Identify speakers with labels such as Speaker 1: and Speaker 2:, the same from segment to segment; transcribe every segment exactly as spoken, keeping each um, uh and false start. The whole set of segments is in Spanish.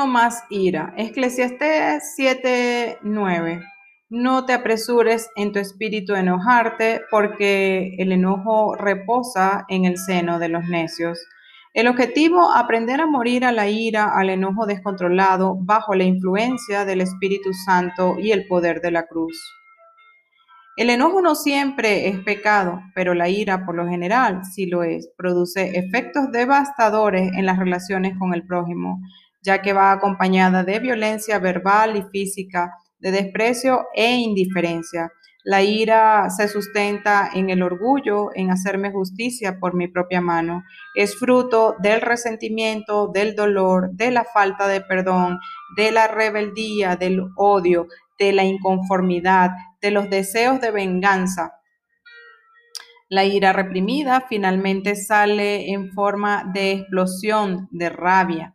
Speaker 1: no más ira. Eclesiastés siete nueve. No te apresures en tu espíritu a enojarte, porque el enojo reposa en el seno de los necios. El objetivo, aprender a morir a la ira, al enojo descontrolado, bajo la influencia del Espíritu Santo y el poder de la cruz. El enojo no siempre es pecado, pero la ira, por lo general, sí lo es. Produce efectos devastadores en las relaciones con el prójimo, ya que va acompañada de violencia verbal y física, de desprecio e indiferencia. La ira se sustenta en el orgullo, en hacerme justicia por mi propia mano. Es fruto del resentimiento, del dolor, de la falta de perdón, de la rebeldía, del odio, de la inconformidad, de los deseos de venganza. La ira reprimida finalmente sale en forma de explosión, de rabia,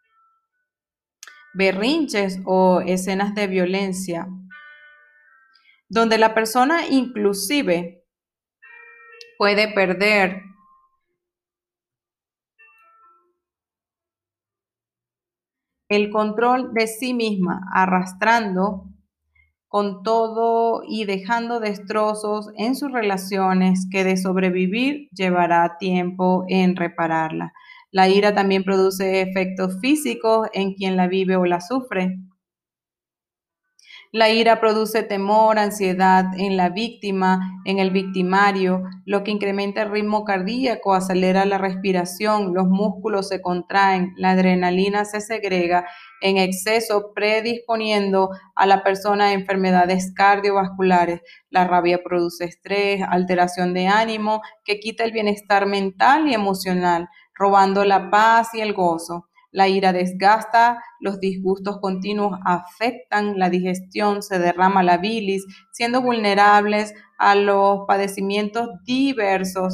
Speaker 1: berrinches o escenas de violencia, donde la persona inclusive puede perder el control de sí misma, arrastrando con todo y dejando destrozos en sus relaciones que de sobrevivir llevará tiempo en repararla. La ira también produce efectos físicos en quien la vive o la sufre. La ira produce temor, ansiedad en la víctima, en el victimario, lo que incrementa el ritmo cardíaco, acelera la respiración, los músculos se contraen, la adrenalina se segrega en exceso, predisponiendo a la persona a enfermedades cardiovasculares. La rabia produce estrés, alteración de ánimo, que quita el bienestar mental y emocional, robando la paz y el gozo. La ira desgasta, los disgustos continuos afectan la digestión, se derrama la bilis, siendo vulnerables a los padecimientos diversos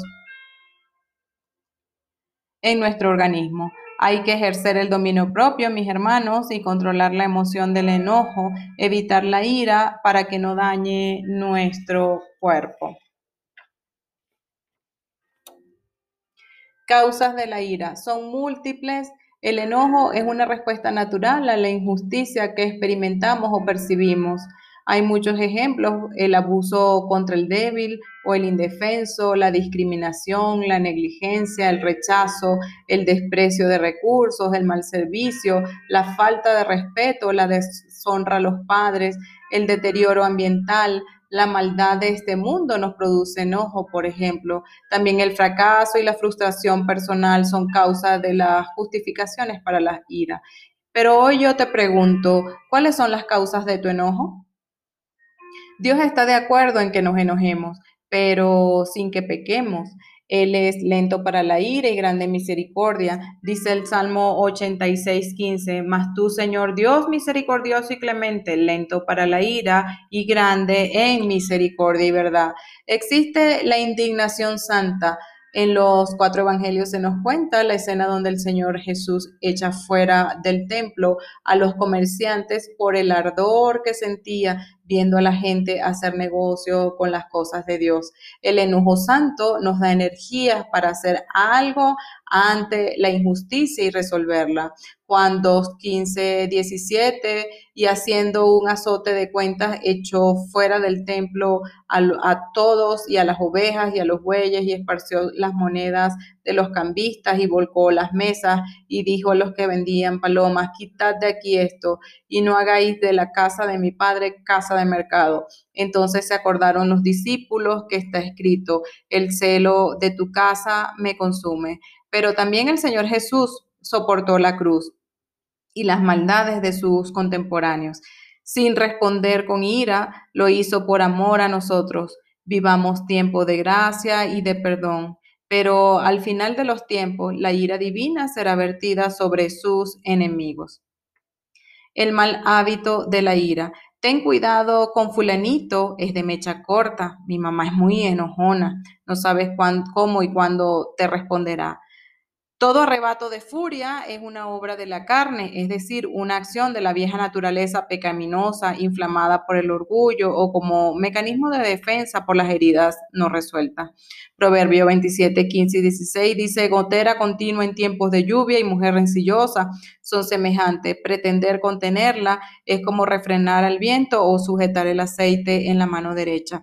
Speaker 1: en nuestro organismo. Hay que ejercer el dominio propio, mis hermanos, y controlar la emoción del enojo, evitar la ira para que no dañe nuestro cuerpo. Causas de la ira son múltiples. El enojo es una respuesta natural a la injusticia que experimentamos o percibimos. Hay muchos ejemplos: el abuso contra el débil o el indefenso, la discriminación, la negligencia, el rechazo, el desprecio de recursos, el mal servicio, la falta de respeto, la deshonra a los padres, el deterioro ambiental. La maldad de este mundo nos produce enojo, por ejemplo. También el fracaso y la frustración personal son causa de las justificaciones para la ira. Pero hoy yo te pregunto, ¿cuáles son las causas de tu enojo? Dios está de acuerdo en que nos enojemos, pero sin que pequemos. Él es lento para la ira y grande en misericordia. Dice el Salmo ochenta y seis, quince, mas tú, Señor Dios misericordioso y clemente, lento para la ira y grande en misericordia y verdad. Existe la indignación santa. En los cuatro evangelios se nos cuenta la escena donde el Señor Jesús echa fuera del templo a los comerciantes por el ardor que sentía viendo a la gente hacer negocio con las cosas de Dios. El enojo santo nos da energías para hacer algo ante la injusticia y resolverla. Juan dos, quince, diecisiete, y haciendo un azote de cuentas echó fuera del templo a, a todos y a las ovejas y a los bueyes y esparció las monedas de los cambistas y volcó las mesas y dijo a los que vendían palomas, quitad de aquí esto y no hagáis de la casa de mi padre casa de mercado. Entonces se acordaron los discípulos que está escrito, el celo de tu casa me consume. Pero también el Señor Jesús soportó la cruz y las maldades de sus contemporáneos. Sin responder con ira, lo hizo por amor a nosotros. Vivamos tiempo de gracia y de perdón. Pero al final de los tiempos, la ira divina será vertida sobre sus enemigos. El mal hábito de la ira. Ten cuidado con fulanito, es de mecha corta. Mi mamá es muy enojona. No sabes cuándo, cómo y cuándo te responderá. Todo arrebato de furia es una obra de la carne, es decir, una acción de la vieja naturaleza pecaminosa, inflamada por el orgullo o como mecanismo de defensa por las heridas no resueltas. Proverbio veintisiete, quince y dieciséis dice, gotera continua en tiempos de lluvia y mujer rencillosa son semejantes. Pretender contenerla es como refrenar al viento o sujetar el aceite en la mano derecha.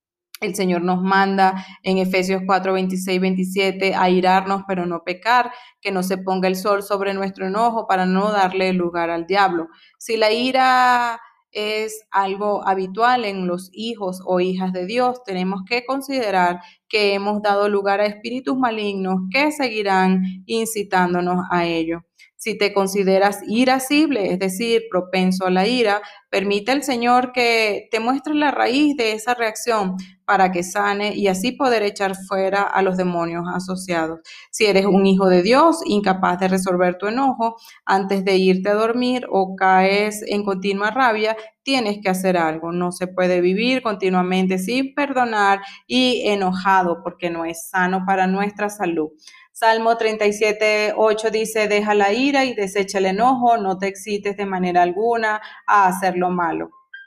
Speaker 1: El Señor nos manda en Efesios cuatro, veintiséis, veintisiete a irarnos pero no pecar, que no se ponga el sol sobre nuestro enojo para no darle lugar al diablo. Si la ira es algo habitual en los hijos o hijas de Dios, tenemos que considerar que hemos dado lugar a espíritus malignos que seguirán incitándonos a ello. Si te consideras irascible, es decir, propenso a la ira, permite al Señor que te muestre la raíz de esa reacción para que sane y así poder echar fuera a los demonios asociados. Si eres un hijo de Dios, incapaz de resolver tu enojo antes de irte a dormir o caes en continua rabia, tienes que hacer algo. No se puede vivir continuamente sin perdonar y enojado porque no es sano para nuestra salud. Salmo treinta y siete, ocho dice, deja la ira y desecha el enojo, no te excites de manera alguna a hacer lo malo.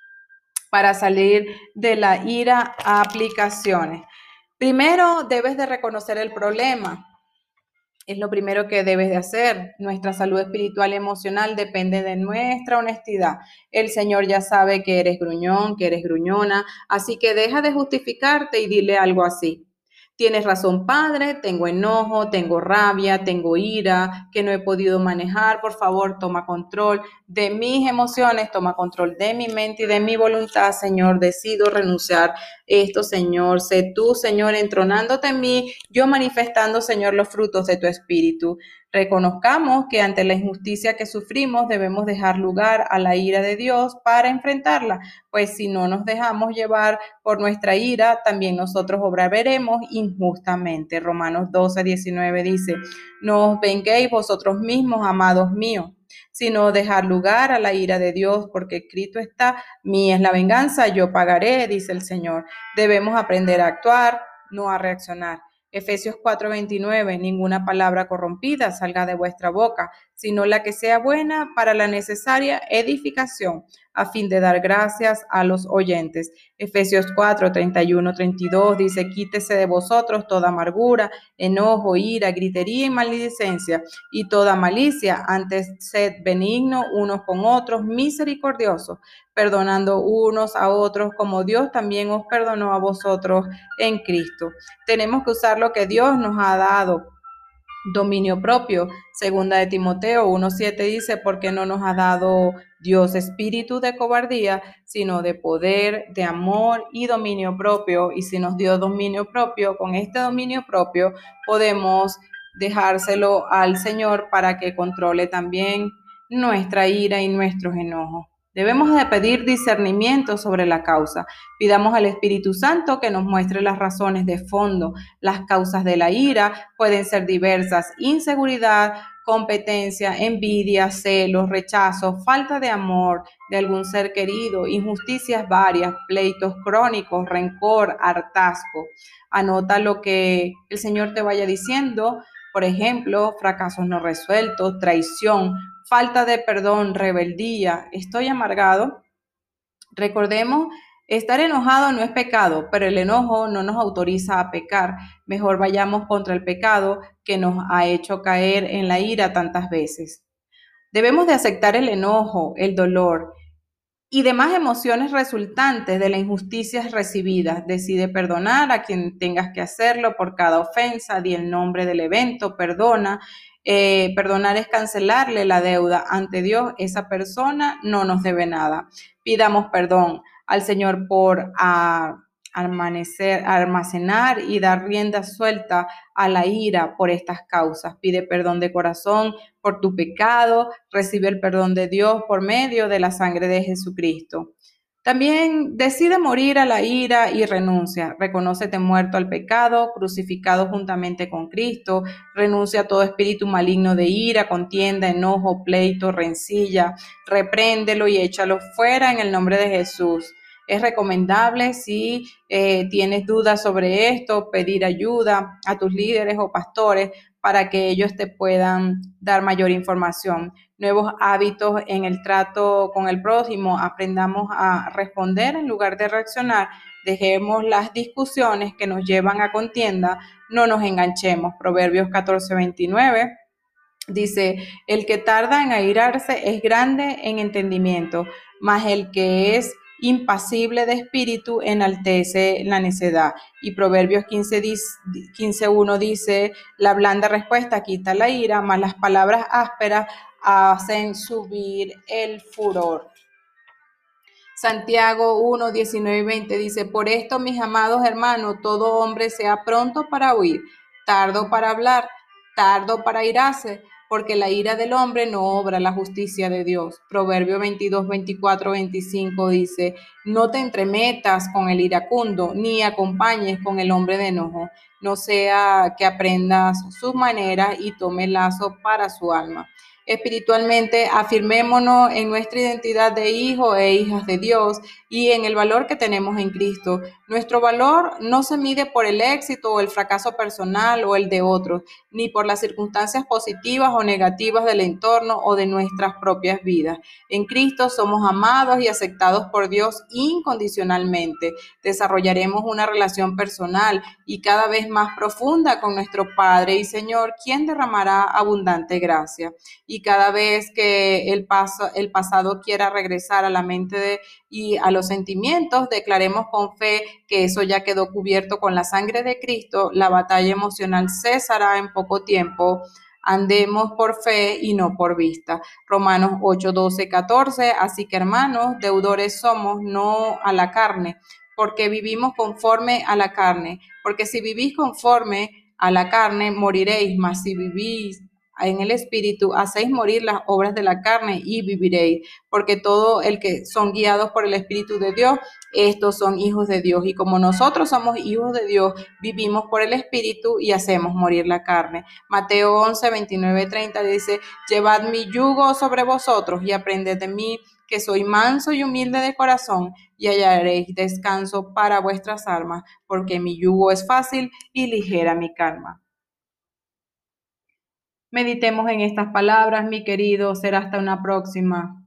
Speaker 1: Para salir de la ira, aplicaciones. Primero, debes de reconocer el problema. Es lo primero que debes de hacer. Nuestra salud espiritual y emocional depende de nuestra honestidad. El Señor ya sabe que eres gruñón, que eres gruñona, así que deja de justificarte y dile algo así. Tienes razón, Padre, tengo enojo, tengo rabia, tengo ira, que no he podido manejar. Por favor, toma control de mis emociones, toma control de mi mente y de mi voluntad, Señor. Decido renunciar esto, Señor. Sé tú, Señor, entronándote en mí, yo manifestando, Señor, los frutos de tu espíritu. Reconozcamos que ante la injusticia que sufrimos debemos dejar lugar a la ira de Dios para enfrentarla, pues si no nos dejamos llevar por nuestra ira, también nosotros obraremos injustamente. Romanos doce, diecinueve dice, no os venguéis vosotros mismos, amados míos, sino dejar lugar a la ira de Dios, porque escrito está, mía es la venganza, yo pagaré, dice el Señor. Debemos aprender a actuar, no a reaccionar. Efesios cuatro, veintinueve, ninguna palabra corrompida salga de vuestra boca, sino la que sea buena para la necesaria edificación, a fin de dar gracias a los oyentes. Efesios cuatro, treinta y uno, treinta y dos dice, quítese de vosotros toda amargura, enojo, ira, gritería y maledicencia, y toda malicia, antes sed benigno unos con otros, misericordiosos, perdonando unos a otros como Dios también os perdonó a vosotros en Cristo. Tenemos que usar lo que Dios nos ha dado. Dominio propio, segunda de Timoteo uno siete dice, porque no nos ha dado Dios espíritu de cobardía, sino de poder, de amor y dominio propio. Y si nos dio dominio propio, con este dominio propio podemos dejárselo al Señor para que controle también nuestra ira y nuestros enojos. Debemos de pedir discernimiento sobre la causa. Pidamos al Espíritu Santo que nos muestre las razones de fondo. Las causas de la ira pueden ser diversas: inseguridad, competencia, envidia, celos, rechazo, falta de amor de algún ser querido, injusticias varias, pleitos crónicos, rencor, hartazgo. Anota lo que el Señor te vaya diciendo. Por ejemplo, fracasos no resueltos, traición, falta de perdón, rebeldía, estoy amargado. Recordemos, estar enojado no es pecado, pero el enojo no nos autoriza a pecar. Mejor vayamos contra el pecado que nos ha hecho caer en la ira tantas veces. Debemos de aceptar el enojo, el dolor y demás emociones resultantes de las injusticias recibidas. Decide perdonar a quien tengas que hacerlo por cada ofensa, di el nombre del evento, perdona. Eh, perdonar es cancelarle la deuda ante Dios. Esa persona no nos debe nada. Pidamos perdón al Señor por a, amanecer, almacenar y dar rienda suelta a la ira por estas causas. Pide perdón de corazón por tu pecado, recibe el perdón de Dios por medio de la sangre de Jesucristo. También decide morir a la ira y renuncia. Reconócete muerto al pecado, crucificado juntamente con Cristo. Renuncia a todo espíritu maligno de ira, contienda, enojo, pleito, rencilla. Repréndelo y échalo fuera en el nombre de Jesús. Es recomendable, si eh, tienes dudas sobre esto, pedir ayuda a tus líderes o pastores para que ellos te puedan dar mayor información. Nuevos hábitos en el trato con el prójimo, aprendamos a responder en lugar de reaccionar, dejemos las discusiones que nos llevan a contienda, no nos enganchemos. Proverbios catorce veintinueve. Dice, el que tarda en airarse es grande en entendimiento, mas el que es impasible de espíritu enaltece la necedad. Y Proverbios quince uno dice, la blanda respuesta quita la ira, mas las palabras ásperas hacen subir el furor. Santiago uno, diecinueve y veinte dice, por esto, mis amados hermanos, todo hombre sea pronto para oír, tardo para hablar, tardo para irarse, porque la ira del hombre no obra la justicia de Dios. Proverbio veintidós, veinticuatro, veinticinco dice, no te entremetas con el iracundo, ni acompañes con el hombre de enojo, no sea que aprendas sus maneras y tome lazo para su alma. Espiritualmente, afirmémonos en nuestra identidad de hijos e hijas de Dios y en el valor que tenemos en Cristo. Nuestro valor no se mide por el éxito o el fracaso personal o el de otros, ni por las circunstancias positivas o negativas del entorno o de nuestras propias vidas. En Cristo somos amados y aceptados por Dios incondicionalmente. Desarrollaremos una relación personal y cada vez más profunda con nuestro Padre y Señor, quien derramará abundante gracia. Y cada vez que el, paso, el pasado quiera regresar a la mente de, y a los sentimientos, declaremos con fe que eso ya quedó cubierto con la sangre de Cristo, la batalla emocional cesará en poco tiempo, andemos por fe y no por vista. Romanos ocho, doce, catorce, así que hermanos, deudores somos, no a la carne, porque vivimos conforme a la carne, porque si vivís conforme a la carne, moriréis, mas si vivís en el Espíritu, hacéis morir las obras de la carne y viviréis, porque todo el que son guiados por el Espíritu de Dios, estos son hijos de Dios, y como nosotros somos hijos de Dios, vivimos por el Espíritu y hacemos morir la carne. Mateo once, veintinueve, treinta dice, llevad mi yugo sobre vosotros y aprended de mí, que soy manso y humilde de corazón, y hallaréis descanso para vuestras almas, porque mi yugo es fácil y ligera mi carga. Meditemos en estas palabras, mi querido. Será hasta una próxima.